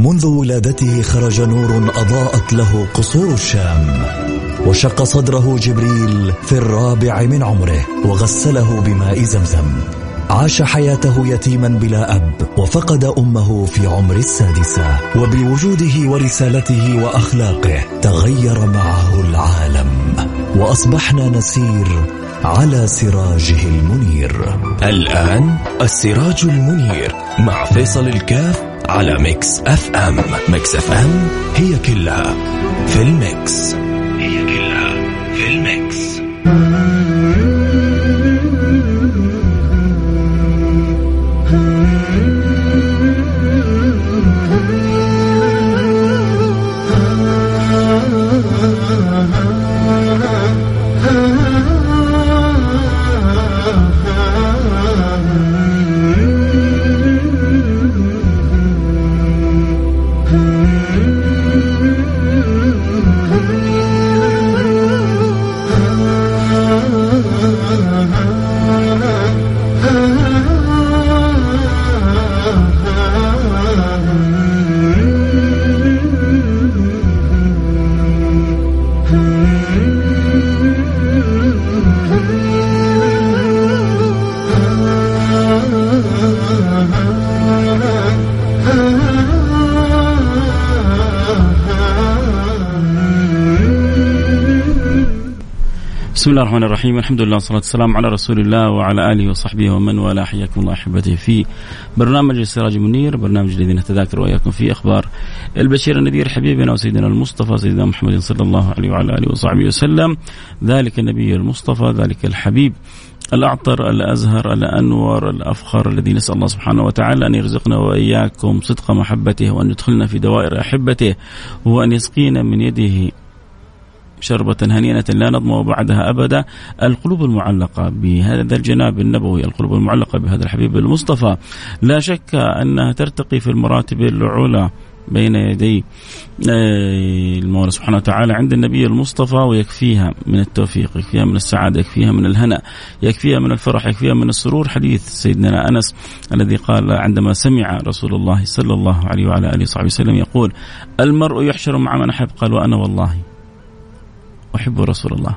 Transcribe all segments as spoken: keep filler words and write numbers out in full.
منذ ولادته خرج نور أضاءت له قصور الشام، وشق صدره جبريل في الرابع من عمره وغسله بماء زمزم. عاش حياته يتيما بلا أب، وفقد أمه في عمر السادسة، وبوجوده ورسالته وأخلاقه تغير معه العالم، وأصبحنا نسير على سراجه المنير. الآن السراج المنير مع فيصل الكاف على ميكس أف أم. ميكس أف أم هي كلها في الميكس، هي كلها في الميكس. بسم الله الرحمن الرحيم. الحمد لله والصلاة والسلام على رسول الله وعلى آله وصحبه ومن والاه. حياكم الله أحبتي في برنامج السراج المنير، برنامج الذي نتذاكر وإياكم فيه أخبار البشير النذير حبيبنا وسيدنا المصطفى سيدنا محمد صلى الله عليه وعلى آله وصحبه وسلم. ذلك النبي المصطفى، ذلك الحبيب الأعطر الأزهر الأنور الأفخر، الذي نسأل الله سبحانه وتعالى أن يرزقنا وإياكم صدق محبته، وأن يدخلنا في دوائر أحبته، وأن يسقينا من يده شربة هنيئة لا نظمأ بعدها أبدا. القلوب المعلقة بهذا الجناب النبوي، القلوب المعلقة بهذا الحبيب المصطفى، لا شك أنها ترتقي في المراتب العلى بين يدي المولى سبحانه وتعالى عند النبي المصطفى، ويكفيها من التوفيق، يكفيها من السعادة، يكفيها من الهناء، يكفيها من الفرح، يكفيها من السرور. حديث سيدنا أنس الذي قال عندما سمع رسول الله صلى الله عليه وعلى آله وصحبه وسلم يقول: المرء يحشر مع من أحب، قال: وأنا والله أحب رسول الله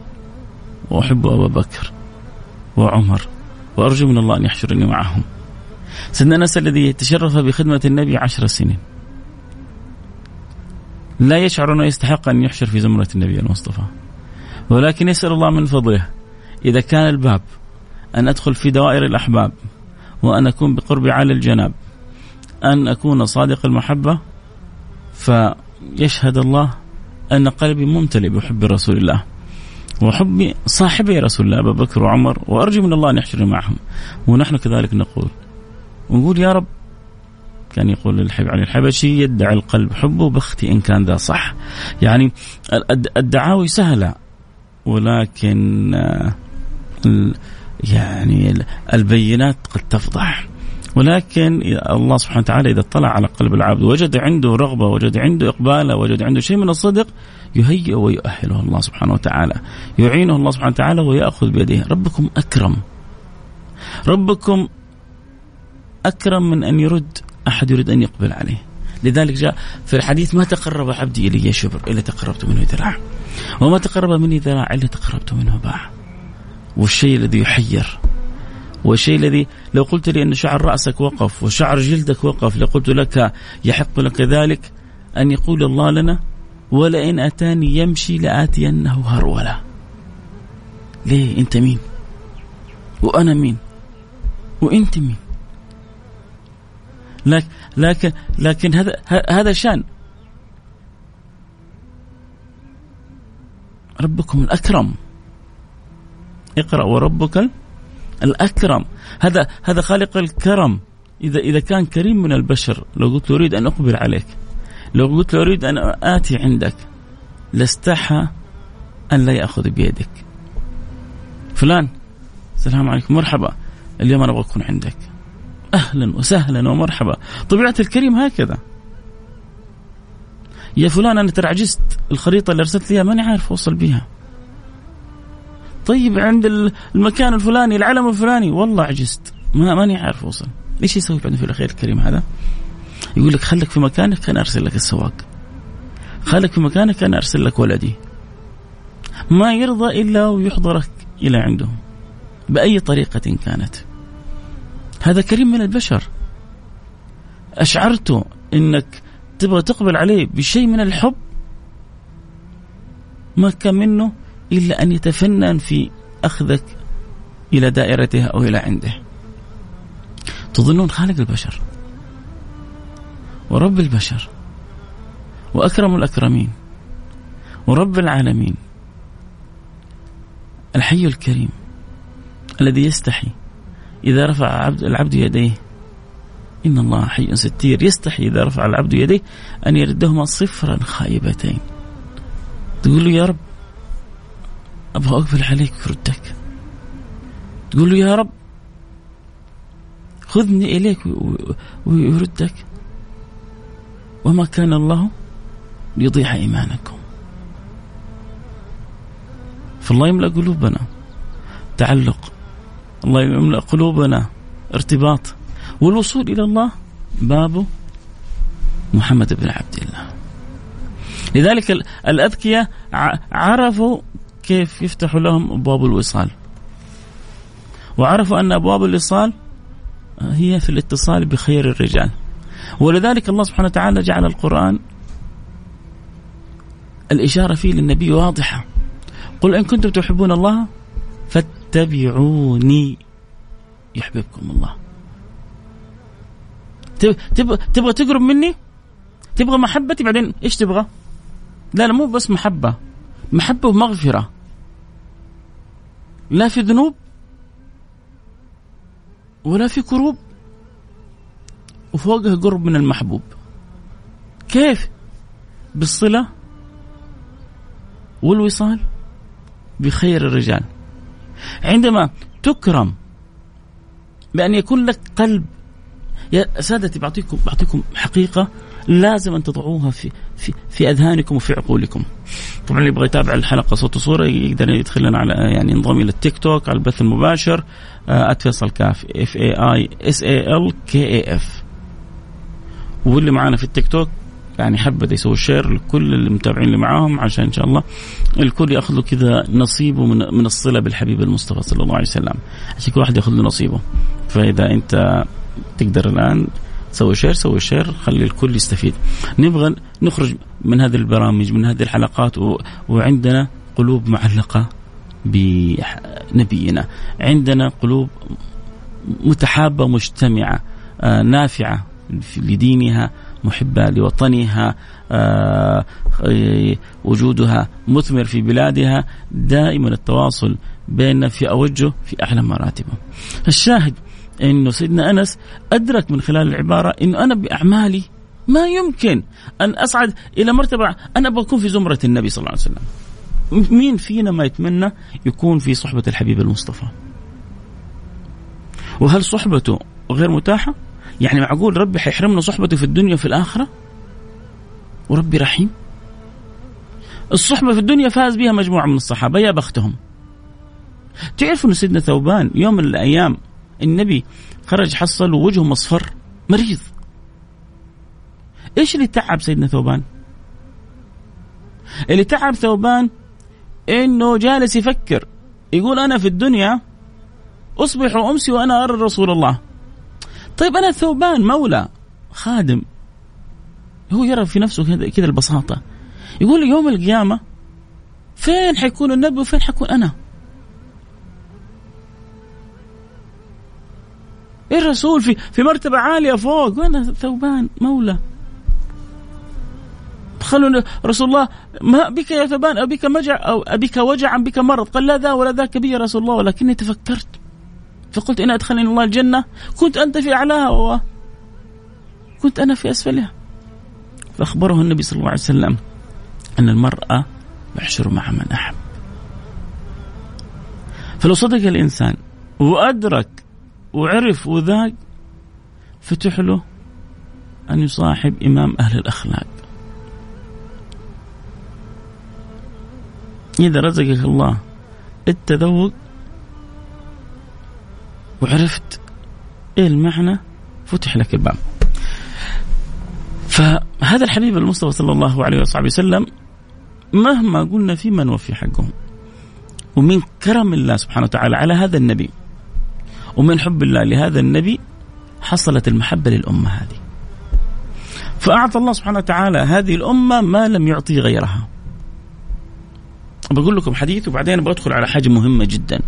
وأحب أبا بكر وعمر وأرجو من الله أن يحشرني معهم. سيدنا أنس الذي تشرف بخدمة النبي عشر سنين لا يشعر أنه يستحق أن يحشر في زمرة النبي المصطفى، ولكن يسأل الله من فضله إذا كان الباب أن أدخل في دوائر الأحباب وأن أكون بقرب عالي الجناب، أن أكون صادق المحبة، فيشهد الله أن قلبي ممتلئ بحب رسول الله وحب صاحبي رسول الله أبا بكر وعمر، وأرجو من الله أن يحشرني معهم. ونحن كذلك نقول ونقول يا رب. كان يقول الحبيب علي الحبشي: يدعي القلب حبه بختي إن كان ذا صح. يعني الدعاوي سهلة، ولكن يعني البينات قد تفضح. ولكن الله سبحانه وتعالى إذا اطلع على قلب العبد وجد عنده رغبة، وجد عنده إقبال، وجد عنده شيء من الصدق، يهيئ ويؤهله الله سبحانه وتعالى، يعينه الله سبحانه وتعالى ويأخذ بيده. ربكم أكرم، ربكم أكرم من أن يرد أحد يريد أن يقبل عليه. لذلك جاء في الحديث: ما تقرب عبدي إلي شبر إلا تقربت منه ذراع، وما تقرب مني ذراع إلا تقربت منه باع. والشيء الذي يحير، والشيء الذي لو قلت لي أن شعر رأسك وقف وشعر جلدك وقف لقلت لك يحق لك ذلك، أن يقول الله لنا: ولئن أتاني يمشي لآتينه هرولة. ليه؟ أنت مين؟ وأنا مين؟ وأنت مين؟ لكن لكن لكن هذا هذا شان ربكم الأكرم. اقرأ وربك الأكرم. هذا هذا خالق الكرم. إذا إذا كان كريم من البشر، لو قلت له أريد أن أقبل عليك، لو قلت له أريد أن آتي عندك، لاستحى أن لا يأخذ بيدك. فلان السلام عليكم مرحبا، اليوم أنا أبغى أكون عندك، أهلا وسهلا ومرحبا. طبيعة الكريم هكذا. يا فلان أنا ترى عجزت، الخريطة اللي أرسلت ليها ماني عارف أوصل بيها. طيب عند المكان الفلاني العلم الفلاني والله عجزت، ما ماني عارف أوصل. إيش يسوي بعد في الأخير الكريم هذا؟ يقول لك خليك في مكانك أنا أرسل لك السواق، خليك في مكانك أنا أرسل لك ولدي. ما يرضى إلا ويحضرك إلى عندهم بأي طريقة كانت. هذا كريم من البشر، أشعرته إنك تبغى تقبل عليه بشيء من الحب، ما كان منه إلا أن يتفنن في أخذك إلى دائرته أو إلى عنده. تظنون خالق البشر ورب البشر وأكرم الأكرمين ورب العالمين الحي الكريم الذي يستحي إذا رفع عبد العبد يديه، إن الله حي ستير، يستحي إذا رفع العبد يديه أن يردهما صفرا خائبتين. تقول له يا رب أبغى أقبل عليك وردك، تقول له يا رب خذني إليك ويردك. وما كان الله ليضيع إيمانكم. فالله يملأ قلوبنا تعلق، الله يملأ قلوبنا ارتباط، والوصول إلى الله بابه محمد بن عبد الله. لذلك الأذكياء عرفوا كيف يفتح لهم أبواب الوصال، وعرفوا أن أبواب الوصال هي في الاتصال بخير الرجال. ولذلك الله سبحانه وتعالى جعل القرآن الإشارة فيه للنبي واضحة: قل إن كنتم تحبون الله فاتبعوني يحببكم الله. تبغى تبغى تقرب مني، تبغى محبتي، بعدين إيش تبغى؟ لا لا، مو بس محبة، محبة ومغفرة، لا في ذنوب ولا في كروب، وفوقها قرب من المحبوب. كيف؟ بالصلة والوصال بخير الرجال. عندما تكرم بأن يكون لك قلب، يا سادتي بعطيكم بعطيكم حقيقة لازم أن تضعوها في في في أذهانكم وفي عقولكم. طبعا اللي يبغى يتابع الحلقة صوت وصورة يقدر يدخل لنا على يعني انضم إلى التيك توك على البث المباشر @فيصل كاف F A I S A L K A F. واللي معانا في التيك توك يعني حبة يسوي شير لكل اللي متابعين اللي معاهم، عشان إن شاء الله الكل يأخذ له كذا نصيبه من من الصلة بالحبيب المصطفى صلى الله عليه وسلم، عشان كل واحد يأخذ له نصيبه. فإذا أنت تقدر الآن سوي شير سوي شير خلي الكل يستفيد. نبغى نخرج من هذه البرامج من هذه الحلقات و... وعندنا قلوب معلقة بنبينا، عندنا قلوب متحابة مجتمعة آه نافعة لدينها، محبة لوطنها، آه وجودها مثمر في بلادها، دائما التواصل بيننا في أوجه في أعلى مراتبه. الشاهد إنه سيدنا أنس أدرك من خلال العبارة إنه أنا بأعمالي ما يمكن أن أصعد إلى مرتبة أنا بكون في زمرة النبي صلى الله عليه وسلم. مين فينا ما يتمنى يكون في صحبة الحبيب المصطفى؟ وهل صحبته غير متاحة؟ يعني معقول ربي حيحرمنا صحبته في الدنيا وفي الآخرة؟ وربي رحيم. الصحبة في الدنيا فاز بها مجموعة من الصحابة، يا بختهم. تعرفوا أن سيدنا ثوبان يوم من الأيام النبي خرج حصل ووجهه مصفر مريض. إيش اللي تعب سيدنا ثوبان؟ اللي تعب ثوبان إنه جالس يفكر، يقول أنا في الدنيا أصبح وأمسي وأنا أرى رسول الله. طيب أنا ثوبان مولى خادم، هو يرى في نفسه كذا البساطة، يقول يوم القيامة فين حيكون النبي وفين حيكون أنا؟ الرسول في في مرتبة عالية فوق وأنا ثوبان مولى. خلونا رسول الله ما بك يا ثوبان، أبيك مجع أو أبيك وجع أم بك مرض؟ قال لا ذا ولا ذاك بي يا رسول الله، ولكني تفكرت فقلت إن أدخلني الله الجنة كنت أنت في أعلاها وكنت أنا في أسفلها. فأخبره النبي صلى الله عليه وسلم أن المرأة يحشر مع من أحب. فلو صدق الإنسان وأدرك وعرف وذاق فتح له أن يصاحب إمام أهل الأخلاق. إذا رزقك الله التذوق وعرفت إيه المعنى فتح لك الباب. فهذا الحبيب المصطفى صلى الله عليه وصحبه وسلم مهما قلنا في من وفي حقهم، ومن كرم الله سبحانه وتعالى على هذا النبي ومن حب الله لهذا النبي حصلت المحبة للأمة هذه. فأعطى الله سبحانه وتعالى هذه الأمة ما لم يعطي غيرها. بقول لكم حديث وبعدين بدخل على حاجة مهمة جدا،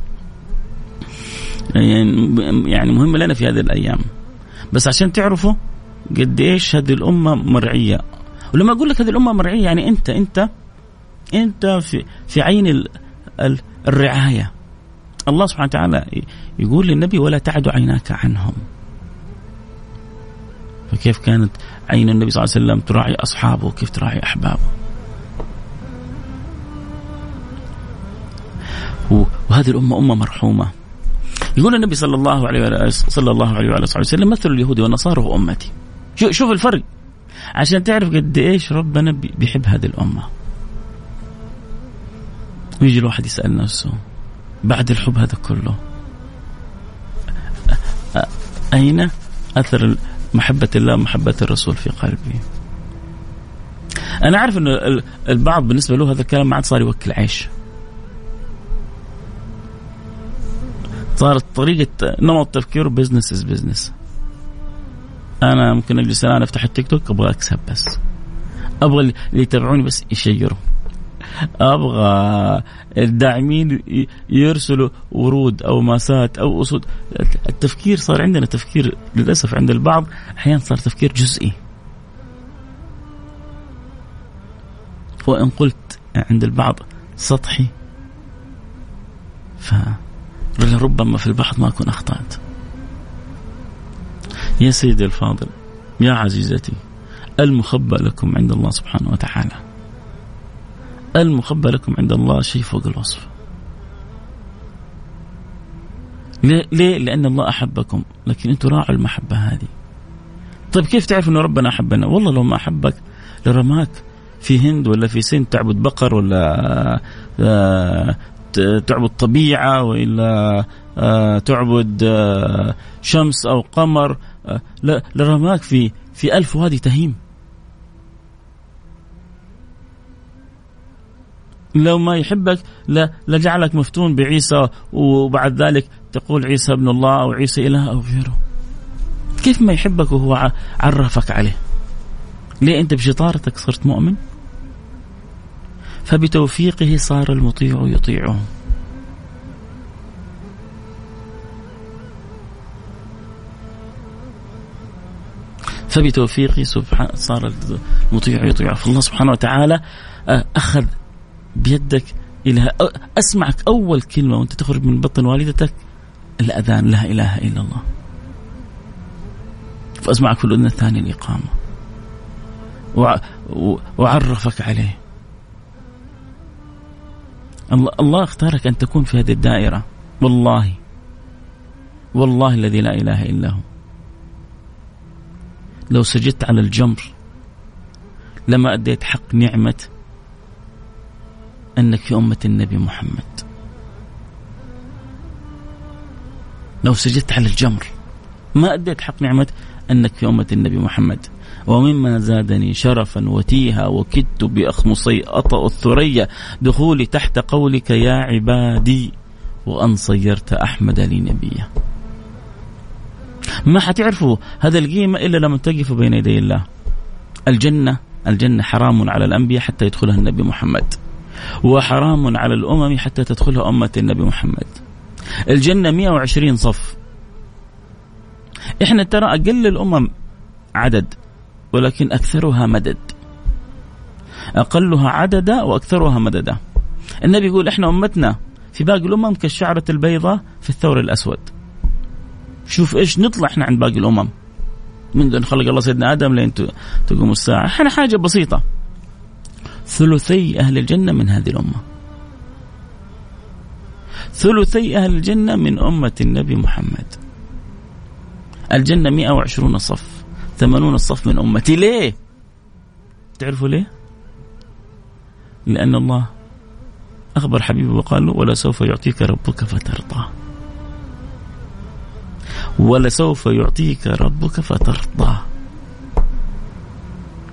يعني مهمة لنا في هذه الأيام، بس عشان تعرفوا قد إيش هذه الأمة مرعية. ولما أقول لك هذه الأمة مرعية يعني أنت أنت أنت في في عين ال ال الرعاية. الله سبحانه وتعالى يقول للنبي ولا تعد عيناك عنهم. فكيف كانت عين النبي صلى الله عليه وسلم تراعي أصحابه وكيف تراعي أحبابه. وهذه الأمة أمة مرحومة. يقول النبي صلى الله عليه وآله صلى الله عليه وآله وسلم مثل اليهود والنصارى وأمتي. شوف الفرق عشان تعرف قد إيش ربنا بيحب هذه الأمة. ويجي الواحد يسأل نفسه بعد الحب هذا كله أين أثر محبة الله ومحبة الرسول في قلبي؟ أنا عارف أن البعض بالنسبة له هذا الكلام ما عاد صار يوكل عيش، صارت طريقة نمط تفكير بزنس از بزنس. أنا ممكن أجلس الآن أفتح التيك توك أبغى أكسب، بس أبغى اللي يتابعوني بس يشيروا، أبغى الداعمين يرسلوا ورود أو ماسات أو أسود. التفكير صار عندنا تفكير للأسف عند البعض أحيانا صار تفكير جزئي، وإن قلت عند البعض سطحي فربما في البعض ما أكون أخطأت. يا سيدي الفاضل، يا عزيزتي، المخبأ لكم عند الله سبحانه وتعالى، المخبأ لكم عند الله شيء فوق الوصف. ليه؟ ليه؟ لأن الله أحبكم، لكن أنتوا راعوا المحبة هذه. طيب كيف تعرف أنه ربنا أحبنا؟ والله لو ما أحبك لرماك في هند ولا في سند تعبد بقر ولا تعبد طبيعة وإلا تعبد شمس أو قمر، لرماك في في ألف وادي تهيم. لو ما يحبك لا لجعلك مفتون بعيسى وبعد ذلك تقول عيسى ابن الله أو عيسى إله أو غيره. كيف ما يحبك وهو عرفك عليه؟ ليه أنت بشطارتك صرت مؤمن؟ فبتوفيقه صار المطيع يطيعه. فبتوفيقه سبحانه صار المطيع يطيعه. فالله سبحانه وتعالى أخذ بيدك إلى أسمعك أول كلمة وأنت تخرج من بطن والدتك الأذان لا إله إلا الله، فأسمعك في الأذن الثانية الإقامة، وعرفك عليه. الله, الله اختارك أن تكون في هذه الدائرة. والله والله الذي لا إله إلا هو لو سجدت على الجمر لما أديت حق نعمة أنك في أمة النبي محمد. لو سجدت على الجمر ما أديت حق نعمة أنك في أمة النبي محمد. ومما زادني شرفا وتيها وكدت بأخمصي أطأ الثريا دخولي تحت قولك يا عبادي وأن صيرت أحمد لي نبيا. ما حتعرفوا هذا القيمة إلا لما تقفوا بين يدي الله. الجنة الجنة حرام على الأنبياء حتى يدخلها النبي محمد، وحرام على الأمم حتى تدخلها أمة النبي محمد. الجنة مئة وعشرين صف. إحنا ترى أقل الأمم عدد ولكن أكثرها مدد، أقلها عددا وأكثرها مددا. النبي يقول إحنا أمتنا في باقي الأمم كالشعرة البيضاء في الثور الأسود. شوف إيش نطلع إحنا عند باقي الأمم منذ أن خلق الله سيدنا آدم لين تقوم الساعة. إحنا حاجة بسيطة، ثلثي أهل الجنة من هذه الأمة، ثلثي أهل الجنة من أمة النبي محمد. الجنة مئة وعشرون صف، ثمانون الصف من أمتي. ليه؟ تعرفوا ليه؟ لأن الله أخبر حبيبه وقال له ولا سوف يعطيك ربك فترضى، ولا سوف يعطيك ربك فترضى.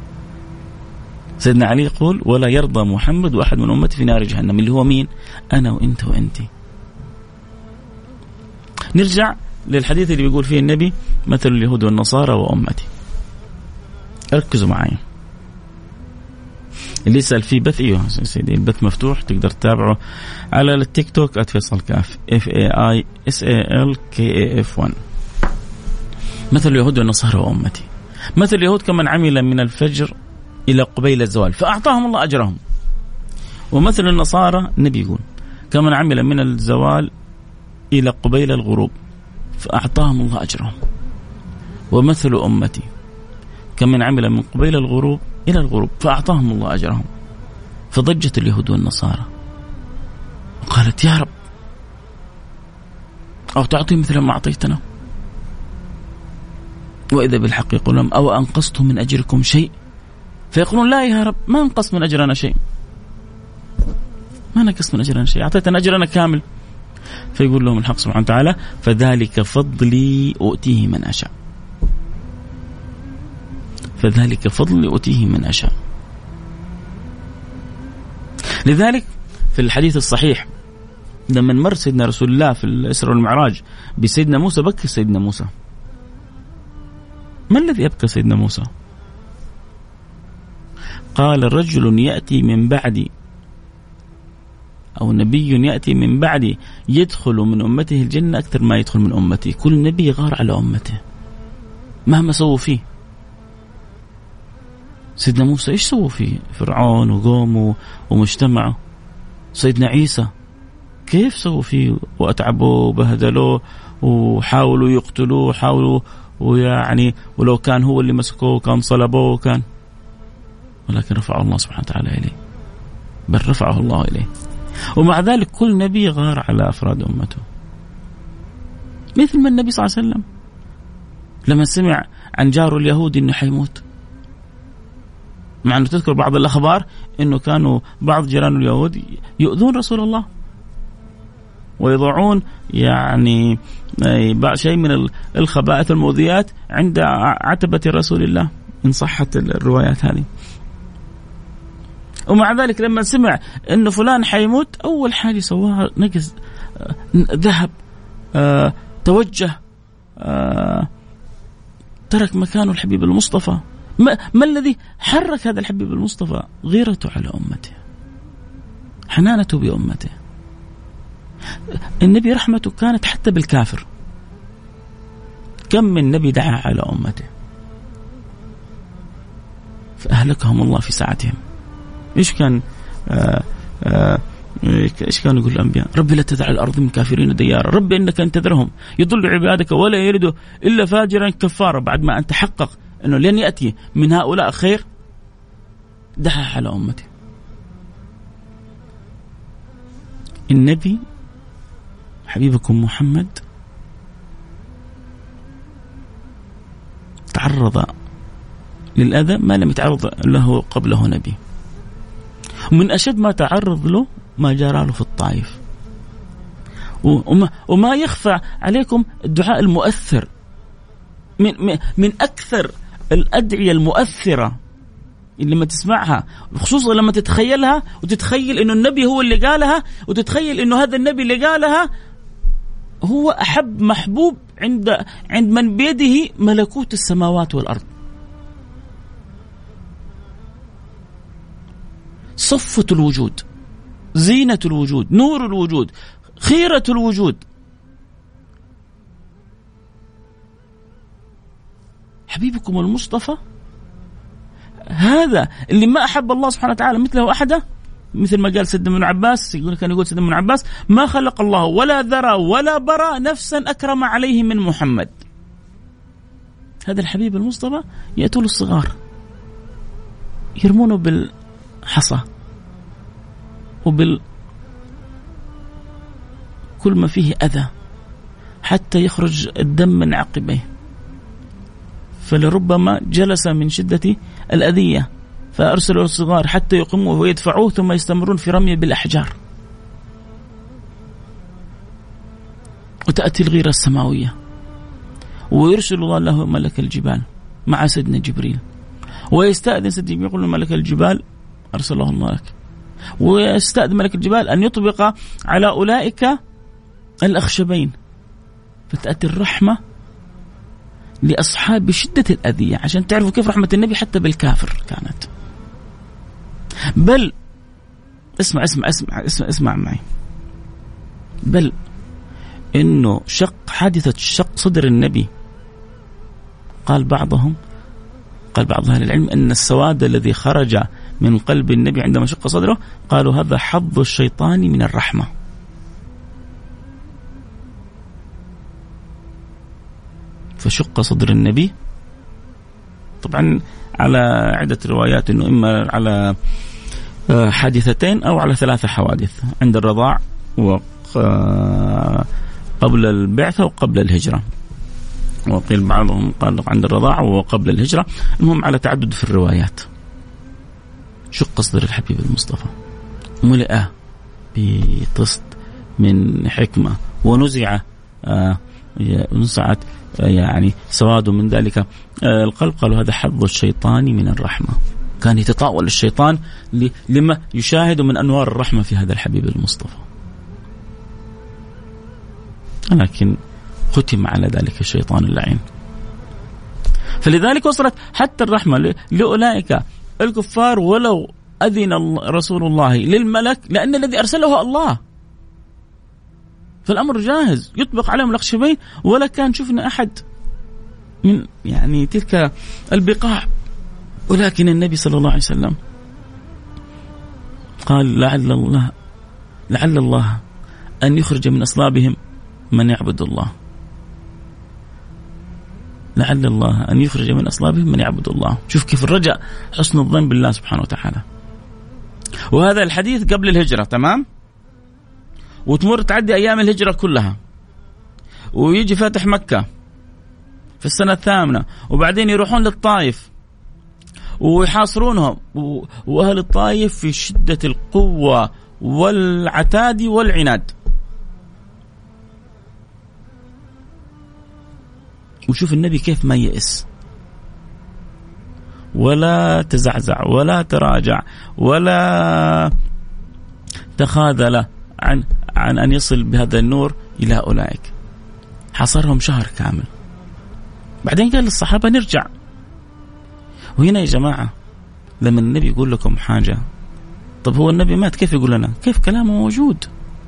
سيدنا علي يقول ولا يرضى محمد وأحد من أمتي في نار جهنم، اللي هو مين؟ أنا وإنت وإنتي. نرجع للحديث اللي بيقول فيه النبي مثل اليهود والنصارى وأمتي. ركزوا معي. اللي يسأل فيه بث، ايوه سيدي البث مفتوح، تقدر تتابعه على التيك توك @فيصل كاف اف اي اي اس اي ال كي اي اف واحد. مثل اليهود والنصارى وأمتي، مثل اليهود كمن عمل من الفجر إلى قبيل الزوال فأعطاهم الله أجرهم، ومثل النصارى النبي يقول كمن عمل من الزوال إلى قبيل الغروب فأعطاهم الله أجرهم، ومثل أمتي كمن عمل من قبيل الغروب إلى الغروب فأعطاهم الله أجرهم. فضجت اليهود والنصارى وقالت يا رب أو تعطي مثل ما أعطيتنا، وإذا بالحق يقولون أو أنقصتم من أجركم شيء، فيقولون لا يا رب ما نقص من أجرنا شيء، ما نقص من أجرنا شيء، أعطيتنا أجرنا كامل. فيقول لهم الحق سبحانه وتعالى فذلك فضلي أؤتيه من أشاء، فذلك فضلي أؤتيه من أشاء. لذلك في الحديث الصحيح لما مر سيدنا رسول الله في الإسراء والمعراج بسيدنا موسى بكى سيدنا موسى. ما الذي يبكى سيدنا موسى؟ قال رجل يأتي من بعدي أو نبي يأتي من بعدي يدخل من أمته الجنة أكثر ما يدخل من أمتي. كل نبي يغار على أمته مهما سووا فيه. سيدنا موسى إيش سووا فيه؟ فرعون وقومه ومجتمعه. سيدنا عيسى كيف سووا فيه وأتعبوه وبهدلوه وحاولوا يقتلوه وحاولوا ويعني ولو كان هو اللي مسكوه كان صلبوه وكان، ولكن رفعه الله سبحانه وتعالى إليه، بل رفعه الله إليه. ومع ذلك كل نبي غار على أفراد أمته، مثل ما النبي صلى الله عليه وسلم لما سمع عن جاره اليهودي إنه حيموت، مع أنه تذكر بعض الأخبار إنه كانوا بعض جيران اليهود يؤذون رسول الله ويضعون يعني شيء من الخبائث المؤذيات عند عتبة رسول الله إن صحت الروايات هذه. ومع ذلك لما سمع إنه فلان حيموت أول حاجة سواها نقز ذهب، آه، توجه، آه، ترك مكانه الحبيب المصطفى. ما, ما الذي حرك هذا الحبيب المصطفى؟ غيرته على أمته، حنانته بأمته. النبي رحمته كانت حتى بالكافر. كم من نبي دعا على أمته فأهلكهم الله في ساعتهم. إيش كان آآ آآ إيش كانوا يقول الأنبياء؟ ربي لا تدع الأرض من كافرين ديارا، ربي إنك أن تذرهم يضل عبادك ولا يلد إلا فاجرا كفارا. بعد ما أن تحقق أنه لن يأتي من هؤلاء خير دعا على أمته. النبي حبيبكم محمد تعرض للأذى ما لم يتعرض له قبله نبي، ومن أشد ما تعرض له ما جرى له في الطائف. وما, وما يخفى عليكم الدعاء المؤثر من, من أكثر الأدعية المؤثرة اللي لما تسمعها، خصوصا لما تتخيلها وتتخيل إنه النبي هو اللي قالها، وتتخيل إنه هذا النبي اللي قالها هو أحب محبوب عند عند من بيده ملكوت السماوات والأرض. صفة الوجود، زينة الوجود، نور الوجود، خيرة الوجود. حبيبكم المصطفى هذا اللي ما أحب الله سبحانه وتعالى مثله أحدا، مثل ما قال سيدنا ابن عباس، يقول كان يقول سيدنا ابن عباس ما خلق الله ولا ذرى ولا برى نفسا أكرم عليه من محمد. هذا الحبيب المصطفى يأتوا الصغار يرمونه بالحصى وبال كل ما فيه أذى حتى يخرج الدم من عقبيه، فلربما جلس من شدة الأذية فأرسلوا الصغار حتى يقوموا ويدفعوه ثم يستمرون في رميه بالأحجار. وتأتي الغيرة السماوية ويرسل الله له ملك الجبال مع سيدنا جبريل ويستأذن سيدنا يقول له ملك الجبال أرسله الله لك، ويستأذن ملك الجبال أن يطبق على أولئك الأخشبين، فتأتي الرحمة لأصحاب بشدة الأذية، عشان تعرفوا كيف رحمة النبي حتى بالكافر كانت. بل اسمع اسمع اسمع اسمع, اسمع معي، بل إنه شق حادثة شق صدر النبي، قال بعضهم قال بعض أهل العلم أن السواد الذي خرج من قلب النبي عندما شق صدره قالوا هذا حظ الشيطان من الرحمة. فشق صدر النبي طبعا على عدة روايات، أنه إما على حادثتين أو على ثلاثة حوادث، عند الرضاع وقبل البعثة وقبل الهجرة، وقيل بعضهم قال عند الرضاع وقبل الهجرة، المهم على تعدد في الروايات. شق صدر الحبيب المصطفى ملئ بطست من حكمة، ونزع آه نزعت آه يعني سواد من ذلك آه القلب، قالوا هذا حظ الشيطان من الرحمة. كان يتطاول الشيطان لما يشاهد من أنوار الرحمة في هذا الحبيب المصطفى، لكن ختم على ذلك الشيطان اللعين. فلذلك وصلت حتى الرحمة لأولئك الكفار ولو أذن رسول الله للملك، لأن الذي أرسله الله، فالأمر جاهز يطبق عليهم الأخشبين، ولا كان شفنا أحد من يعني تلك البقاع. ولكن النبي صلى الله عليه وسلم قال لعل الله لعل الله أن يخرج من أصلابهم من يعبد الله، لعل الله أن يخرج من أصلابهم من يعبد الله. شوف كيف الرجاء، حسن الظن بالله سبحانه وتعالى. وهذا الحديث قبل الهجرة، تمام، وتمر تعدي أيام الهجرة كلها، ويجي فاتح مكة في السنة الثامنة، وبعدين يروحون للطائف ويحاصرونهم، وأهل الطائف في شدة القوة والعتاد والعناد. وشوف النبي كيف ما يئس ولا تزعزع ولا تراجع ولا تخاذل عن عن أن يصل بهذا النور إلى أولئك. حصرهم شهر كامل، بعدين قال للصحابة نرجع. وهنا يا جماعة لما النبي يقول لكم حاجة، طب هو النبي مات كيف يقول لنا؟ كيف كلامه موجود،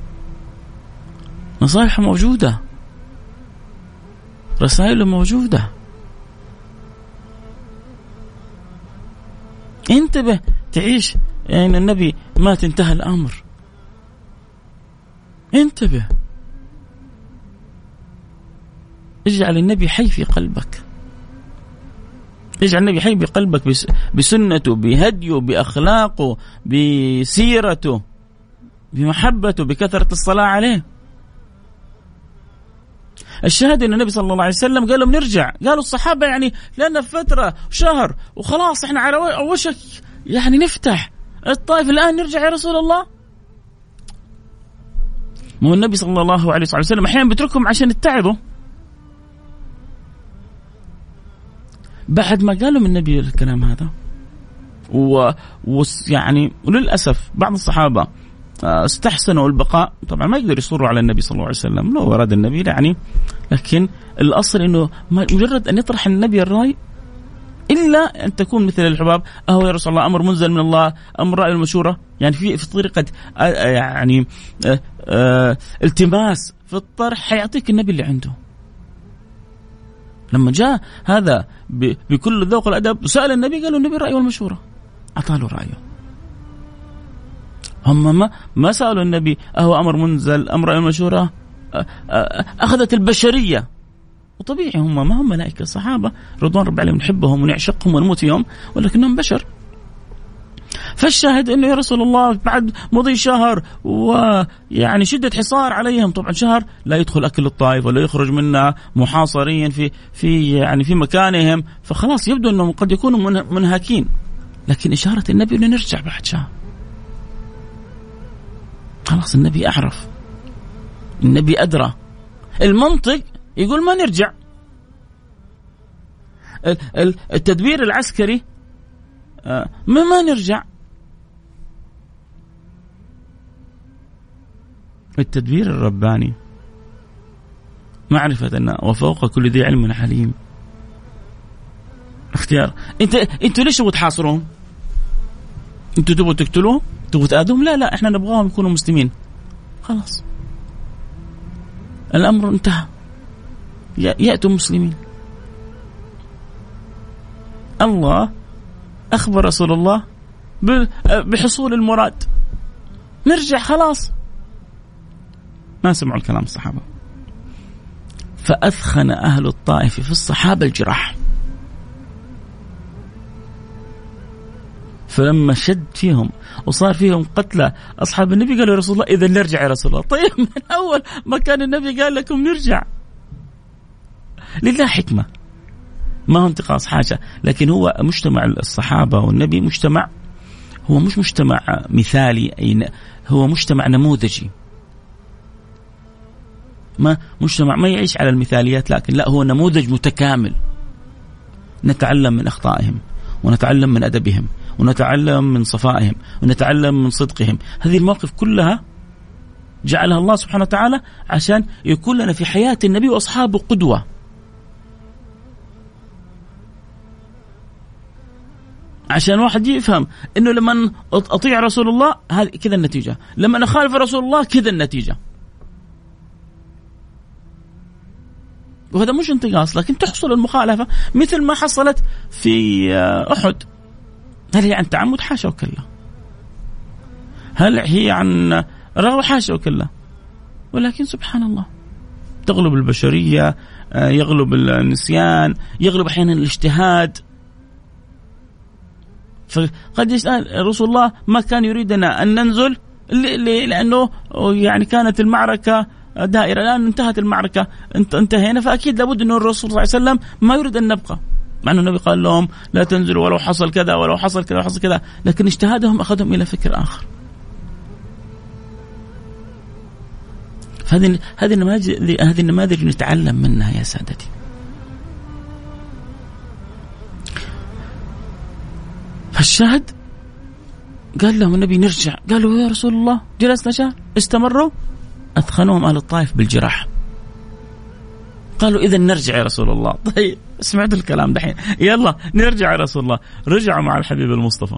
نصائحه موجودة، رسائله موجودة. انتبه تعيش يعني النبي مات انتهى الأمر، انتبه، اجعل النبي حي في قلبك، اجعل النبي حي بقلبك بسنته، بهديه، بأخلاقه، بسيرته، بمحبته، بكثرة الصلاة عليه. الشاهد أن النبي صلى الله عليه وسلم قالوا بنرجع، قالوا الصحابة يعني لأن فترة شهر وخلاص احنا على وشك يعني نفتح الطائف، الآن نرجع يا رسول الله. مو النبي صلى الله عليه وسلم أحيانا بيتركهم عشان يتعظوا. بعد ما قالوا من النبي الكلام هذا ويعني وللأسف بعض الصحابة استحسنوا البقاء، طبعا ما يقدر يصروا على النبي صلى الله عليه وسلم لو أراد النبي يعني، لكن الأصل إنه مجرد أن يطرح النبي الرأي، إلا أن تكون مثل الحباب أهو يا رسول الله أمر منزل من الله، أمر رأي المشورة، يعني في في طريقة يعني اه اه التماس في الطرح حيعطيك النبي اللي عنده. لما جاء هذا بكل الذوق والأدب سأل النبي، قالوا النبي الرأي والمشورة، أعطاه رأيه. هم ما ما سألوا النبي أهو أمر منزل أمر رأي المشورة، أخذت البشرية. وطبيعي هم ما هم ملائكة، الصحابة رضوان رب عليهم نحبهم ونعشقهم ونموت يوم، ولكنهم بشر. فالشاهد إنه يا رسول الله بعد مضي شهر ويعني شدة حصار عليهم، طبعا شهر لا يدخل أكل الطائف ولا يخرج منا محاصرين في في يعني في مكانهم، فخلاص يبدو أنهم قد يكونوا منهكين. لكن إشارة النبي أن نرجع بعد شهر، خلاص النبي أعرف، النبي أدرى. المنطق يقول ما نرجع. التدبير العسكري آه ما ما نرجع. التدبير الرباني، معرفة أن وفوق كل ذي علم حليم. اختيار. انت انتوا ليش تبغوا تحاصرهم؟ انتوا تبغوا تقتلوهم؟ تبغوا تأذوهم؟ لا لا، احنا نبغاهم يكونوا مسلمين. خلاص الأمر انتهى، يأتوا مسلمين. الله أخبر رسول الله بحصول المراد، نرجع. خلاص ما سمعوا الكلام الصحابة، فأثخن أهل الطائف في الصحابة الجراح. فلما شد فيهم وصار فيهم قتلى أصحاب النبي قالوا يا رسول الله إذا نرجع يا رسول الله. طيب من أول ما كان النبي قال لكم نرجع. لله حكمة، ما هو انتقاص حاجة، لكن هو مجتمع الصحابة والنبي مجتمع، هو مش مجتمع مثالي، أي هو مجتمع نموذجي، ما مجتمع ما يعيش على المثاليات، لكن لا، هو نموذج متكامل. نتعلم من أخطائهم، ونتعلم من أدبهم، ونتعلم من صفائهم، ونتعلم من صدقهم. هذه المواقف كلها جعلها الله سبحانه وتعالى عشان يكون لنا في حياة النبي وأصحابه قدوة. عشان واحد يفهم إنه لما أطيع رسول الله هذه كذا النتيجة، لما أخالف رسول الله كذا النتيجة. وهذا مش انتقاص، لكن تحصل المخالفة مثل ما حصلت في أحد. هل هي عن تعمد؟ حاشا وكلا. هل هي عن رغبة؟ حاشا وكلا. ولكن سبحان الله تغلب البشرية، يغلب النسيان، يغلب أحيانا الاجتهاد. فقد يسأل رسول الله ما كان يريدنا أن ننزل لأنه يعني كانت المعركة دائرة، الآن انتهت المعركة، انتهينا، فأكيد لابد أن الرسول صلى الله عليه وسلم ما يريد أن نبقى، مع أنه النبي قال لهم لا تنزلوا ولو حصل كذا ولو حصل كذا وحصل كذا، لكن اجتهادهم أخذهم إلى فكر آخر. هذه هذه النماذج هذه النماذج نتعلم منها يا سادتي. فالشاهد قال لهم النبي نرجع، قالوا يا رسول الله جلسنا شهر، استمروا، أثخنوهم أهل الطائف بالجراح. قالوا إذا نرجع يا رسول الله. طيب سمعت الكلام دحين، يلا نرجع يا رسول الله. رجعوا مع الحبيب المصطفى.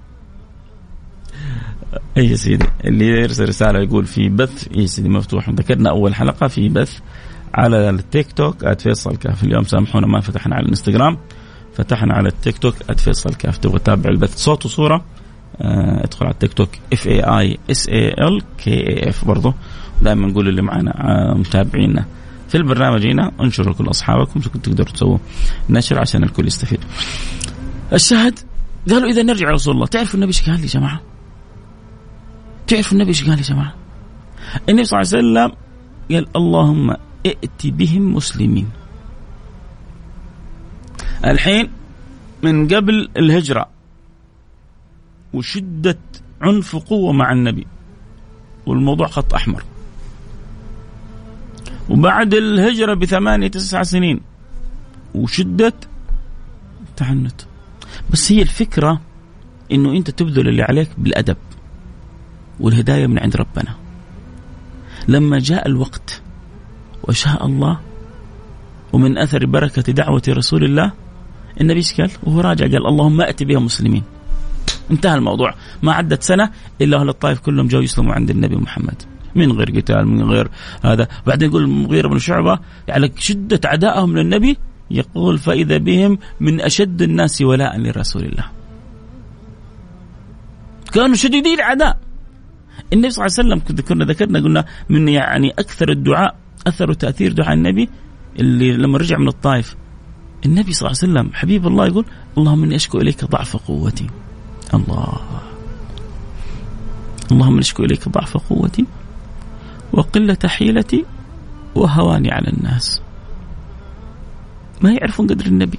أي يا سيدي اللي يرسل رسالة يقول في بث يا سيدي مفتوح، ذكرنا أول حلقة في بث على التيك توك @فيصل كاف. اليوم سامحونا ما فتحنا على الانستغرام، فتحنا على التيك توك @فيصل كاف. تبغى تتابع البث صوت وصورة ادخل على التيك توك اف اي اي اس اي ال كي اي اف. برضه دائما نقول اللي معنا متابعينا في البرنامج هنا انشروا لكل اصحابكم، تقدروا تسووا نشر عشان الكل يستفيد. الشاهد قالوا اذا نرجع رسول الله. تعرفوا النبي ايش قال يا جماعه؟ تعرفوا النبي ايش قال يا جماعه؟ النبي صلى الله عليه وسلم قال اللهم ائت بهم مسلمين. الحين من قبل الهجرة وشدة عنف قوة مع النبي والموضوع خط أحمر، وبعد الهجرة بثمانية تسع سنين وشدة تعنت. بس هي الفكرة إنه أنت تبذل اللي عليك بالأدب والهداية من عند ربنا. لما جاء الوقت وشاء الله ومن أثر بركة دعوة رسول الله، النبي قال وهو راجع قال اللهم أت بها مسلمين. انتهى الموضوع، ما عدت سنة إلا أهل الطائف كلهم جاءوا يسلموا عند النبي محمد من غير قتال من غير هذا. بعدين يقول المغيرة بن شعبة على شدة عدائهم للنبي يقول فإذا بهم من أشد الناس ولاء لرسول الله. كانوا شديدين عداء. النبي صلى الله عليه وسلم كنا ذكرنا قلنا من يعني أكثر الدعاء أثر وتأثير دعاء النبي اللي لما رجع من الطائف، النبي صلى الله عليه وسلم حبيب الله يقول اللهم إني أشكو إليك ضعف قوتي. الله اللهم نشكو إليك ضعف قوتي وقلة حيلتي وهواني على الناس. ما يعرفون قدر النبي،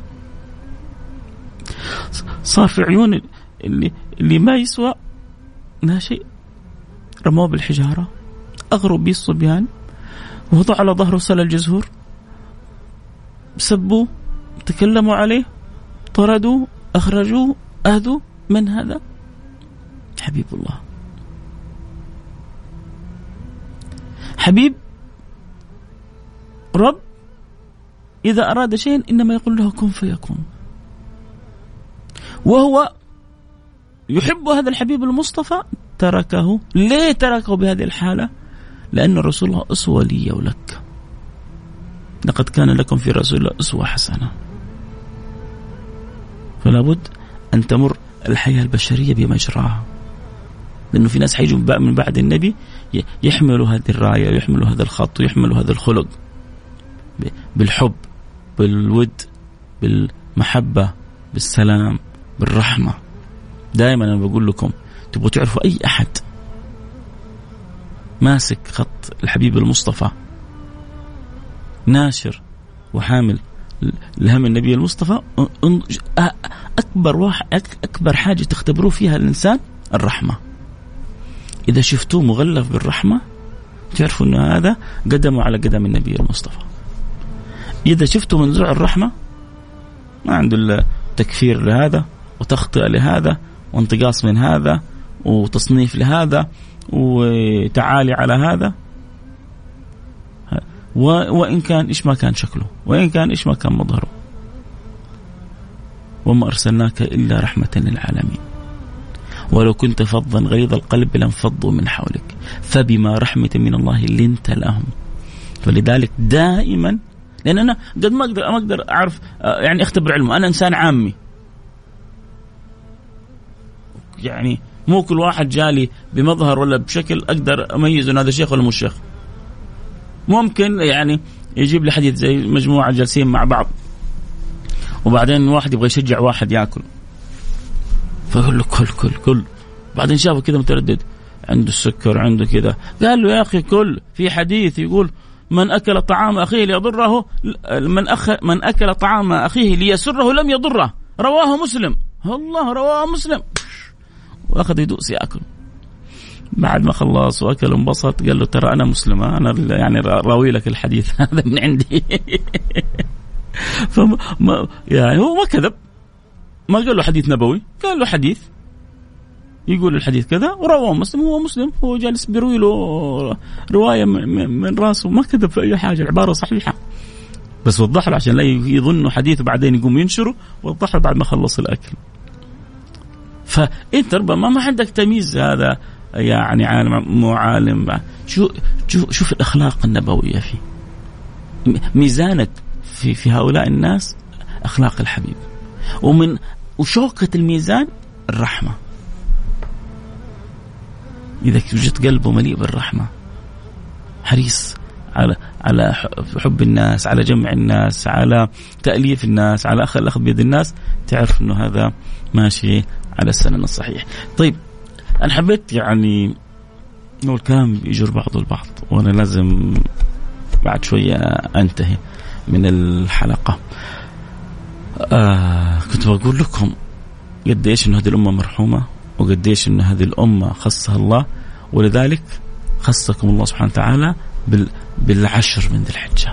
صار في عيون اللي, اللي ما يسوى لا شيء رموه بالحجارة، أغروا به الصبيان، ووضع على ظهره سل الجزهور، سبوا، تكلموا عليه، طردوا، أخرجوا، أهدوا، من هذا؟ حبيب الله. حبيب رب إذا أراد شيئا إنما يقول له كن فيكون، وهو يحب هذا الحبيب المصطفى تركه. ليه تركه بهذه الحالة؟ لأن رسول الله أسوة لي ولك، لقد كان لكم في رسول الله أسوة حسنة. فلا بد أن تمر الحياة البشرية بمجراها، لأنه في ناس حيجوا من بعد النبي يحملوا هذه الراية ويحملوا هذا الخط ويحملوا هذا الخلق بالحب بالود بالمحبة بالسلام بالرحمة. دائما أنا بقول لكم تبغوا تعرفوا أي أحد ماسك خط الحبيب المصطفى ناشر وحامل لهم النبي المصطفى، أكبر واحد أكبر حاجة تختبروا فيها الإنسان الرحمة. إذا شفتوه مغلف بالرحمة تعرفوا أن هذا قدمه على قدم النبي المصطفى. إذا شفتوا منزوع الرحمة ما عنده إلا تكفير لهذا وتخطئة لهذا وانتقاص من هذا وتصنيف لهذا وتعالي على هذا، وإن كان إيش ما كان شكله وإن كان إيش ما كان مظهره. وما أرسلناك إلا رحمة للعالمين ولو كنت فظا غليظ القلب لانفضوا من حولك فبما رحمة من الله لنت لهم. فلذلك دائما، لأن أنا قد ما أقدر ما أقدر أعرف يعني أختبر علمه، أنا إنسان عامي، يعني مو كل واحد جالي بمظهر ولا بشكل أقدر أميز أن هذا شيخ ولا مش شيخ. ممكن يعني يجيب لي حديث زي مجموعة جالسين مع بعض وبعدين واحد يبغى يشجع واحد يأكل فيقول له كل كل كل، بعدين شافه كذا متردد عنده السكر عنده كذا، قال له يا أخي كل. في حديث يقول من أكل طعام أخيه ليضره من أخ من أكل طعام أخيه ليسره لم يضره، رواه مسلم. الله، رواه مسلم. وأخذ يدوس يأكل، بعد ما خلص وأكل وانبسط قال له ترى أنا مسلمة، أنا يعني راوي لك الحديث هذا من عندي. فما يعني هو ما كذب، ما قال له حديث نبوي، قال له حديث يقول الحديث كذا ورواه مسلم. هو مسلم هو جالس بيروي له رواية من راسه، ما كذب في أي حاجة، العبارة صحيحة، بس وضح له عشان لا يظنوا حديث بعدين يقوم ينشره، وضح له بعد ما خلص الأكل. فأنت ربما ما عندك تمييز هذا يعني عالم مو عالم. شو شوف شوف الأخلاق النبوية فيه، ميزانك في في هؤلاء الناس أخلاق الحبيب، ومن وشوكة الميزان الرحمة. إذا وجدت قلبه مليء بالرحمة، حريص على على حب الناس، على جمع الناس، على تأليف الناس، على أخذ الأخذ بيد الناس، تعرف إنه هذا ماشي على السنن الصحيح. طيب أنا حبيت يعني إنه الكلام يجر بعضه البعض، وأنا لازم بعد شوية أنتهي من الحلقة. آه كنت بقول لكم قديش إنه هذه الأمة مرحومة، وقديش إنه هذه الأمة خصها الله، ولذلك خصكم الله سبحانه وتعالى بال بالعشر من ذي الحجة.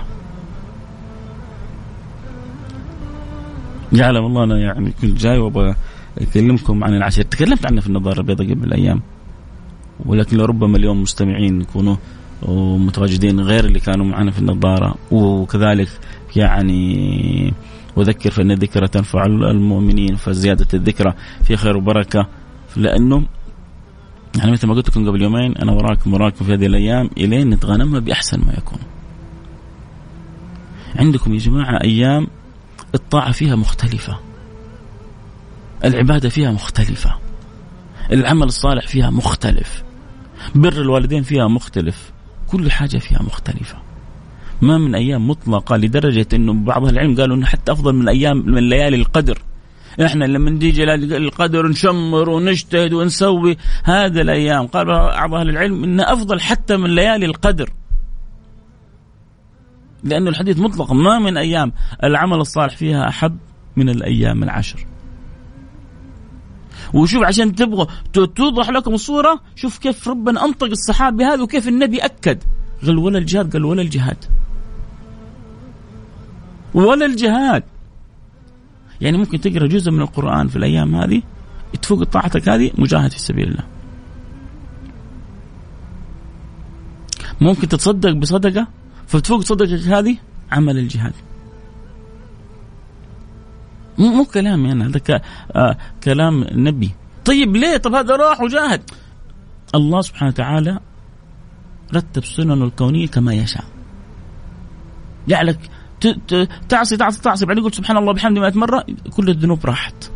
يعلم الله أنا يعني كنت جاي وأبغى أكلمكم عن العشر، تكلمت عنه في النظارة البيضاء قبل أيام، ولكن لربما اليوم مستمعين يكونوا متواجدين غير اللي كانوا معنا في النظارة. وكذلك يعني وذكر فإن الذكرى تنفع المؤمنين، فزيادة الذكرى في خير وبركة، لأنه يعني مثل ما قلت لكم قبل يومين أنا وراكم وراكم في هذه الأيام إلين نتغنمها بأحسن ما يكون. عندكم يا جماعة أيام الطاعة فيها مختلفة، العبادة فيها مختلفة، العمل الصالح فيها مختلف، بر الوالدين فيها مختلف، كل حاجة فيها مختلفة. ما من أيام مطلقة، لدرجة أنه بعض العلم قالوا أنه حتى أفضل من أيام من ليالي القدر. إحنا لما نيجي ليالي القدر نشمر ونجتهد ونسوي هذا الأيام، قال بعض أهل العلم إنه أفضل حتى من ليالي القدر، لأنه الحديث مطلق ما من أيام العمل الصالح فيها أحب من الأيام العشر. وشوف عشان تبغوا توضح لكم الصورة، شوف كيف ربنا أنطق الصحابي هذا وكيف النبي أكد، قال ولا الجهاد، قال ولا الجهاد ولا الجهاد. يعني ممكن تقرأ جزء من القرآن في الأيام هذه تفوق طاعتك هذه مجاهد في سبيل الله. ممكن تتصدق بصدقة فتفوق صدقك هذه عمل الجهاد. مو كلامي أنا، هذا آه كلام النبي. طيب ليه؟ طب هذا راح وجاهد. الله سبحانه وتعالى رتب سننه الكونية كما يشاء. جعلك تعصي تعصي تعصي بعدين يقول سبحان الله بحمده مئة مرة كل الذنوب راحت.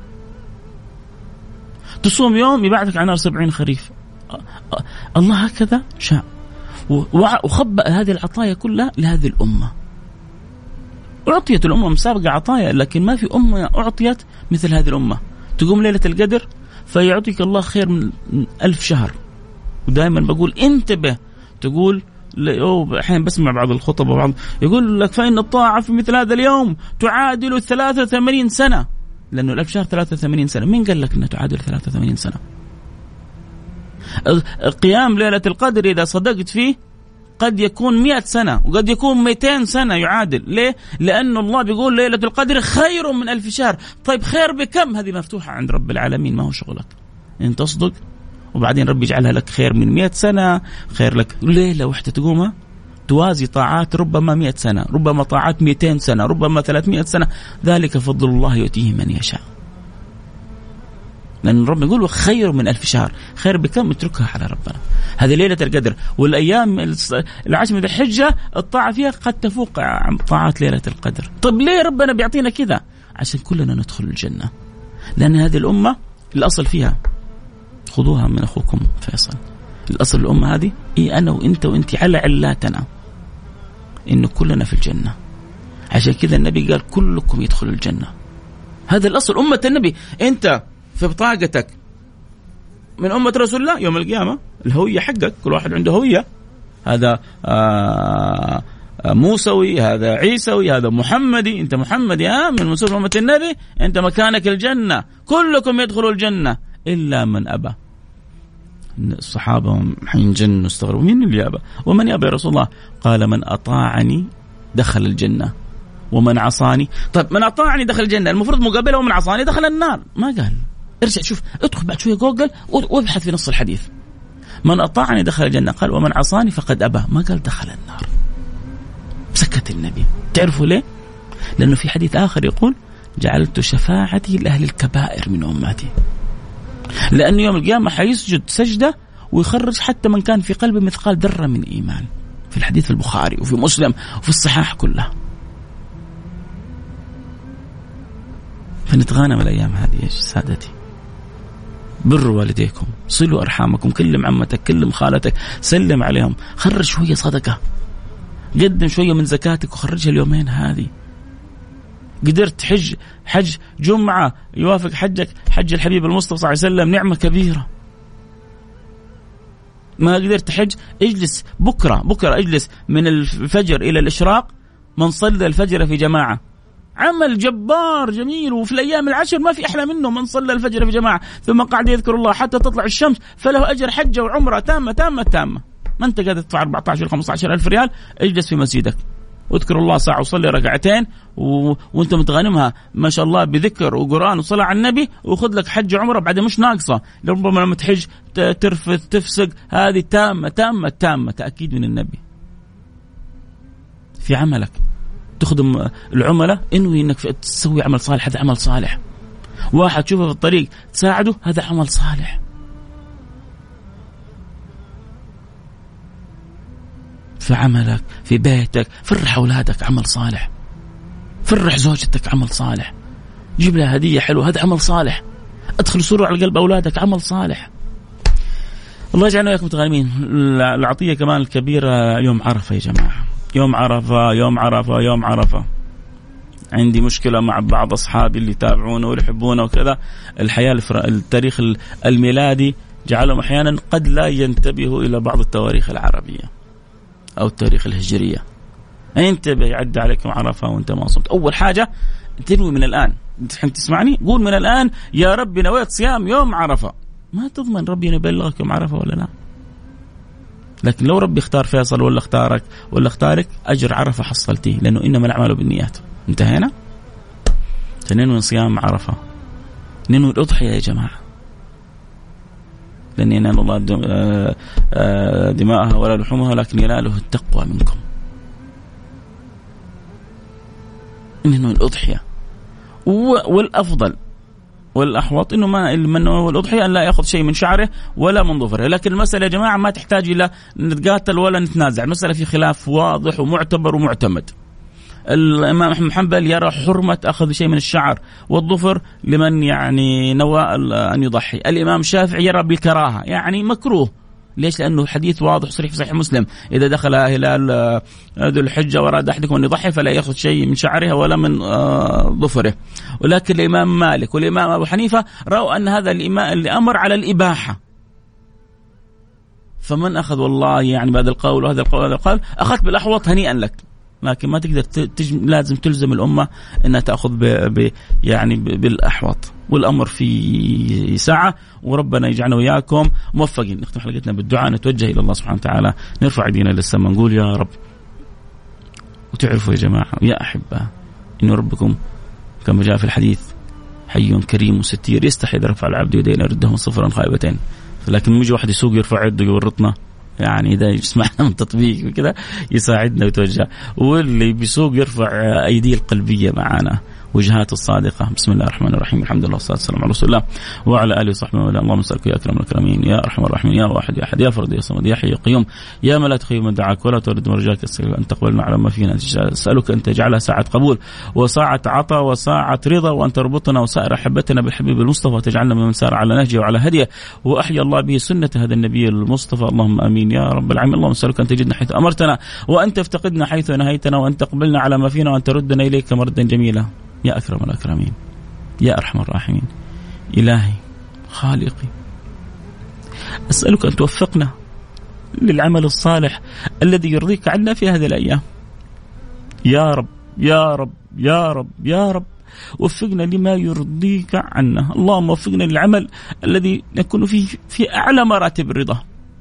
تصوم يوم يبعدك عن نار سبعين خريف. الله هكذا شاء، وخبأ هذه العطايا كلها لهذه الأمة. أعطيت الأمة مسابقة عطايا، لكن ما في أمة أعطيت مثل هذه الأمة. تقوم ليلة القدر فيعطيك الله خير من ألف شهر. ودائما بقول انتبه، تقول أحيانا بسمع بعض الخطب وبعض يقول لك فإن الطاعة في مثل هذا اليوم تعادل ثلاثة وثمانين سنة، لأنه الألف شهر ثلاثة وثمانين سنة. مين قال لك أنها تعادل ثلاثة وثمانين سنة؟ قيام ليلة القدر إذا صدقت فيه قد يكون مئة سنة وقد يكون مئتين سنة يعادل. ليه؟ لأن الله بيقول ليلة القدر خير من ألف شهر. طيب خير بكم؟ هذه مفتوحة عند رب العالمين، ما هو شغلك. إن تصدق وبعدين رب يجعلها لك خير من مئة سنة، خير لك ليلة واحدة تقومها توازي طاعات ربما مئة سنة، ربما طاعات مئتين سنة، ربما ثلاثمئة سنة. ذلك فضل الله يؤتيه من يشاء. لأن الرب يقول خير من ألف شهر. خير بكم؟ اتركها على ربنا. هذه ليلة القدر. والأيام العشر من الحجة الطاعة فيها قد تفوق طاعات ليلة القدر. طب ليه ربنا بيعطينا كذا؟ عشان كلنا ندخل الجنة. لأن هذه الأمة الأصل فيها، خذوها من أخوكم فيصل، الأصل الأمة هذه إيه أنا وإنت وإنت على علاتنا إنه كلنا في الجنة. عشان كذا النبي قال كلكم يدخل الجنة. هذا الأصل أمة النبي. أنت في بطاقتك من أمة رسول الله يوم القيامة الهوية حقك، كل واحد عنده هوية. هذا آه موسوي، هذا عيسوي، هذا محمدي. أنت محمدي آه من مسلم أمة النبي، أنت مكانك الجنة. كلكم يدخلوا الجنة إلا من أبى. الصحابة حينجنوا استغربوا مين اللي يأبى؟ ومن يأبى يا رسول الله؟ قال من أطاعني دخل الجنة ومن عصاني. طيب من أطاعني دخل الجنة، المفروض مقابله ومن عصاني دخل النار. ما قال. ارجع شوف، ادخل بعد شوية جوجل وابحث في نص الحديث. من أطاعني دخل الجنة، قال ومن عصاني فقد أبى. ما قال دخل النار. سكت النبي. تعرفوا ليه؟ لأنه في حديث آخر يقول جعلت شفاعتي لأهل الكبائر من أمتي. لأن يوم القيامة حيسجد سجدة ويخرج حتى من كان في قلبه مثقال ذرة من إيمان. في الحديث في البخاري وفي مسلم وفي الصحاح كلها. فنتغانم الأيام هذه يا سادتي. بروا والديكم، صلوا أرحامكم، كلم عمتك، كلم خالتك، سلم عليهم، خرج شوية صدقة، قدم شوية من زكاتك وخرجها اليومين هذه. قدرت حج حج جمعة يوافق حجك حج الحبيب المصطفى صلى الله عليه وسلم، نعمة كبيرة. ما قدرت حج اجلس بكرة بكرة اجلس من الفجر إلى الإشراق، من صلى الفجر في جماعة، عمل جبار جميل. وفي الأيام العشر ما في أحلى منه، من صلى الفجر في جماعة ثم قعد يذكر الله حتى تطلع الشمس فله أجر حجة وعمرة تامة تامة تامة. ما أنت قاعد تدفع أربعة عشر خمسة عشر ألف ريال، اجلس في مسجدك واذكر الله ساعة وصلي ركعتين و... وانت متغنمها ما شاء الله بذكر وقرآن وصلاة على النبي، وخذ لك حج عمره بعد مش ناقصة. ربما لما تحج ترفث تفسق، هذه تامة تامة تامة تأكيد من النبي. في عملك تخدم العملاء، انوي انك تسوي عمل صالح، هذا عمل صالح. واحد تشوفه في الطريق تساعده، هذا عمل صالح. في عملك، في بيتك، فرح أولادك، عمل صالح. فرح زوجتك، عمل صالح. جيب لها هدية حلوة، هذا عمل صالح. ادخل سرور على قلب أولادك، عمل صالح. الله يجعلنا وياكم متغانمين. العطية كمان الكبيرة يوم عرفة يا جماعة. يوم عرفة يوم عرفة يوم عرفة. عندي مشكلة مع بعض أصحابي اللي يتابعونه ويحبونه وكذا. الحياة التاريخ الميلادي جعلهم أحيانا قد لا ينتبهوا إلى بعض التواريخ العربية أو التاريخ الهجرية. انتبه، يعد عليكم عرفة وانت ما صمت. أول حاجة تنوي من الآن. انت تسمعني؟ قول من الآن يا ربي نويت صيام يوم عرفة. ما تضمن ربي يبلغك يوم عرفة ولا لا. لكن لو ربي اختار فيصل ولا اختارك ولا اختارك، أجر عرفة حصلتيه، لأنه إنما الأعمال بالنيات. انتهينا. ننوي صيام عرفة، ننوي الأضحية يا جماعة. لن ينال الله دماءها ولا لحومها لكن يناله التقوى منكم. إنه الأضحية والأفضل والأحوط إنه ما من والأضحية أن لا يأخذ شيء من شعره ولا من ظفره. لكن المسألة يا جماعة ما تحتاج إلى نتقاتل ولا نتنازع، المسألة في خلاف واضح ومعتبر ومعتمد. الإمام أحمد بن حنبل يرى حرمة أخذ شيء من الشعر والظفر لمن يعني نوى أن يضحي. الإمام الشافعي يرى بالكراهة، يعني مكروه. ليش؟ لأنه حديث واضح صريح في صحيح مسلم: إذا دخل هلال ذو الحجة وأراد أحدكم أن يضحي فلا يأخذ شيء من شعرها ولا من ظفره. ولكن الإمام مالك والإمام أبو حنيفة رأوا أن هذا الإمام اللي أمر على الإباحة، فمن أخذ والله يعني بهذا القول وهذا القول وهذا القول أخذت بالأحوط هنيئا لك. لكن ما تقدر تج... لازم تلزم الأمة أنها تأخذ ب... ب... يعني ب... بالأحوط. والأمر في ساعة، وربنا يجعلنا وياكم موفقين. نختم حلقتنا بالدعاء، نتوجه إلى الله سبحانه وتعالى، نرفع ايدينا للسماء نقول يا رب. وتعرفوا يا جماعة يا أحبة إن ربكم كما جاء في الحديث حي كريم ستير يستحي إذا رفع العبد يديه يردهم صفرا خائبتين. لكن يجي واحد يسوق يرفع يده يورطنا، يعني إذا يسمعنا من تطبيق وكذا يساعدنا ويتوجه. واللي بيسوق يرفع أيديه القلبية معنا وجهات الصادقة. بسم الله الرحمن الرحيم، الحمد لله والصلاة والسلام على رسول الله وعلى آله وصحبه وسلم. اللهم صلِّ يا أكرم الأكرمين يا أرحم الراحمين يا واحد يا أحد يا فرد يا صمد يا حي يا قيوم يا من لا تخيب من دعاك ولا ترد مرجاك، أسألك أن تقبلنا على ما فينا، أسألك أن تجعلها ساعة قبول وساعة عطاء وساعة رضا، وأن تربطنا وسائر أحبتنا بالحبيب المصطفى وتجعلنا ممن سار على نهجه وعلى هديه وأحيا الله به سنة هذا النبي المصطفى. اللهم آمين يا رب العالمين. اللهم أسألك أن تجدنا حيث أمرتنا وأن تفتقدنا حيث نهيتنا وأن تقبلنا على ما فينا وأن تردنا إليك مردا جميلا يا أكرم الأكرمين يا أرحم الراحمين. إلهي خالقي أسألك أن توفقنا للعمل الصالح الذي يرضيك عنا في هذه الأيام يا رب يا رب يا رب يا رب. وفقنا لما يرضيك عنا. اللهم وفقنا للعمل الذي نكون فيه في أعلى مراتب الرضا،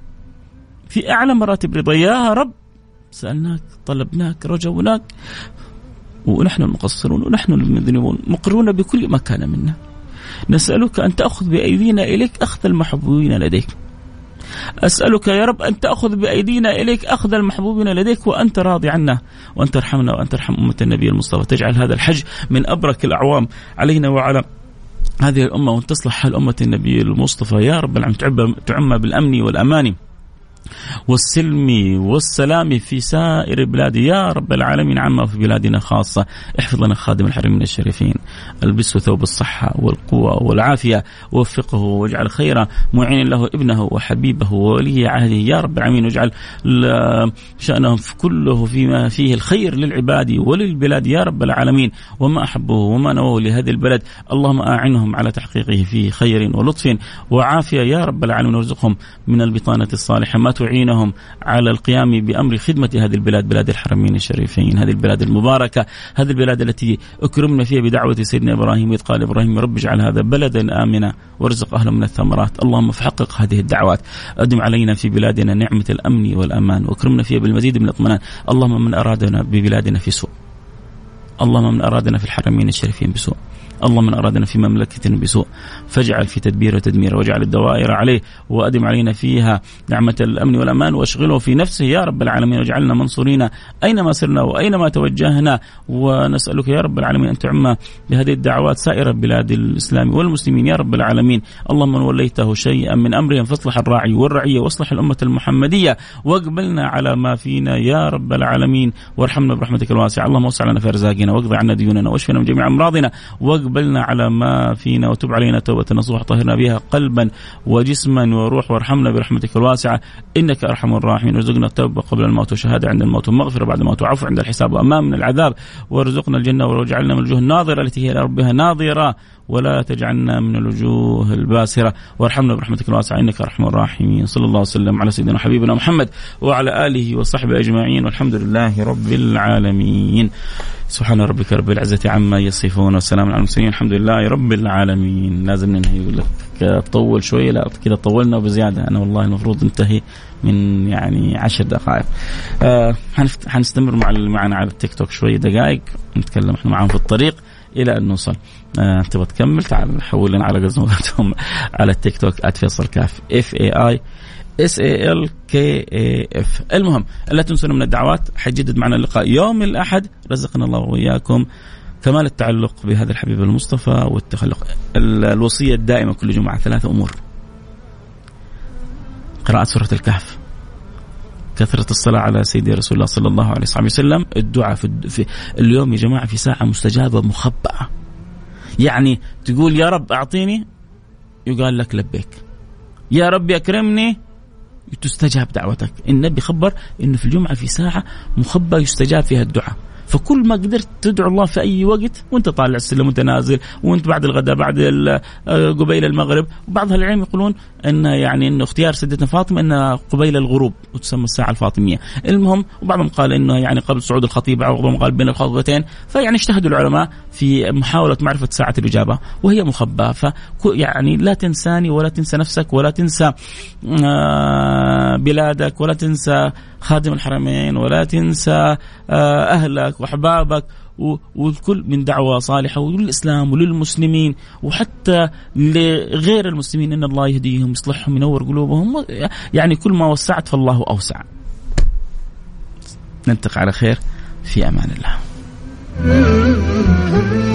في أعلى مراتب الرضا يا رب. سألناك طلبناك رجوناك ونحن المقصرون ونحن المذنبون مقرون بكل ما كان منا. نسألك أن تأخذ بأيدينا إليك أخذ المحبوبين لديك. أسألك يا رب أن تأخذ بأيدينا إليك أخذ المحبوبين لديك وأنت راضي عنا، وأن ترحمنا وأن ترحم أمة النبي المصطفى. تجعل هذا الحج من أبرك الأعوام علينا وعلى هذه الأمة، وأن تصلح حال أمة النبي المصطفى يا رب العالمين، تعم بالأمن والأمان والسلم والسلام في سائر البلاد يا رب العالمين، عما في بلادنا خاصة. احفظ لنا خادم الحرمين الشريفين، البسه ثوب الصحة والقوة والعافية، ووفقه واجعل خيرا معين له ابنه وحبيبه وولي عهده يا رب العالمين، واجعل شأنهم كله فيما فيه الخير للعباد وللبلاد يا رب العالمين. وما أحبه وما نوه لهذه البلد اللهم أعنهم على تحقيقه فيه خير ولطف وعافية يا رب العالمين، وارزقهم من البطانة الصالحة ما تعينهم على القيام بأمر خدمة هذه البلاد، بلاد الحرمين الشريفين، هذه البلاد المباركة، هذه البلاد التي أكرمنا فيها بدعوة سيدنا إبراهيم إذ قال إبراهيم رب اجعل هذا بلدا آمنا وارزق أهله من الثمرات. اللهم فحقق هذه الدعوات، أدم علينا في بلادنا نعمة الأمن والأمان، وأكرمنا فيها بالمزيد من الاطمئنان. اللهم من أرادنا ببلادنا في سوء، اللهم من أرادنا في الحرمين الشريفين بسوء، اللهم من أرادنا في مملكتنا بسوء فاجعل في تدبير وتدمير، واجعل الدوائر عليه، وأدم علينا فيها نعمة الأمن والأمان، واشغله في نفسه يا رب العالمين، واجعلنا منصورين أينما سرنا وأينما توجهنا. ونسألك يا رب العالمين أن تعم بهذه الدعوات سائر بلاد الإسلام والمسلمين يا رب العالمين. اللهم من وليته شيئا من أمرهم فاصلح الراعي والرعية واصلح الأمة المحمدية، واقبلنا على ما فينا يا رب العالمين، وارحمنا برحمتك الواسعة. اللهم وسع لنا في أرزاقنا واقض عنا ديوننا واشفنا من جميع أمراضنا، واقبلنا على ما فينا وتب علينا توبة نصوح طهرنا بها قلبا وجسما وروح، وارحمنا برحمتك الواسعة إنك أرحم الراحمين. ارزقنا التوبة قبل الموت وشهادة عند الموت ومغفرة بعد الموت وعفو عند الحساب وأمام من العذاب، وارزقنا الجنة واجعلنا من الوجوه الناظرة التي هي لربها ناظرة، ولا تجعلنا من الوجوه الباسرة، وارحمنا برحمتك الواسعة إنك أرحم الراحمين. صلى الله وسلم على سيدنا حبيبنا محمد وعلى آله وصحبه أجمعين، والحمد لله رب العالمين. سبحان ربك رب العزة عما يصفون وسلام على المرسلين الحمد لله رب العالمين. لازم ننهي، يقول لك تطول شوية، لا كذا طولنا وبزيادة. أنا والله المفروض ننتهي من يعني عشر دقائق. آه حنستمر مع معنا على التيك توك شوية دقائق، نتكلم احنا معهم في الطريق إلى أن نوصل. آه تبغى تكمل تعال حولنا على قناتهم على التيك توك @فيصل كاف F A I S A L K A F. المهم لا تنسوا من الدعوات. حيجدد معنا اللقاء يوم الأحد. رزقنا الله وإياكم كمال التعلق بهذا الحبيب المصطفى والتخلق. الوصية الدائمة كل جمعة ثلاثة أمور: قراءة سورة الكهف، كثرة الصلاة على سيدي رسول الله صلى الله عليه وسلم، الدعاء في اليوم يا جماعة في ساعة مستجابة مخبأة. يعني تقول يا رب أعطيني يقال لك لبيك، يا رب أكرمني تستجاب دعوتك. النبي خبر إنه في الجمعة في ساعة مخبأة يستجاب فيها الدعاء. فكل ما قدرت تدعو الله في أي وقت، وانت طالع السلم وانت نازل، وانت بعد الغداء، بعد قبيل المغرب. وبعض العلم يقولون أن يعني إنه اختيار سيدتنا فاطمة أن قبيل الغروب وتسمى الساعة الفاطمية. المهم وبعضهم قال إنه يعني قبل صعود الخطيب، أو بعضهم قال بين الخطبتين. فيعني اجتهدوا العلماء في محاولة معرفة ساعة الإجابة وهي مخبأة. فيعني لا تنساني ولا تنسى نفسك ولا تنسى بلادك ولا تنسى خادم الحرمين ولا تنسى أهلك وأحبابك والكل من دعوة صالحة وللإسلام وللمسلمين وحتى لغير المسلمين، إن الله يهديهم يصلحهم ينور قلوبهم. يعني كل ما وسعت فالله أوسع. نلتقي على خير في أمان الله.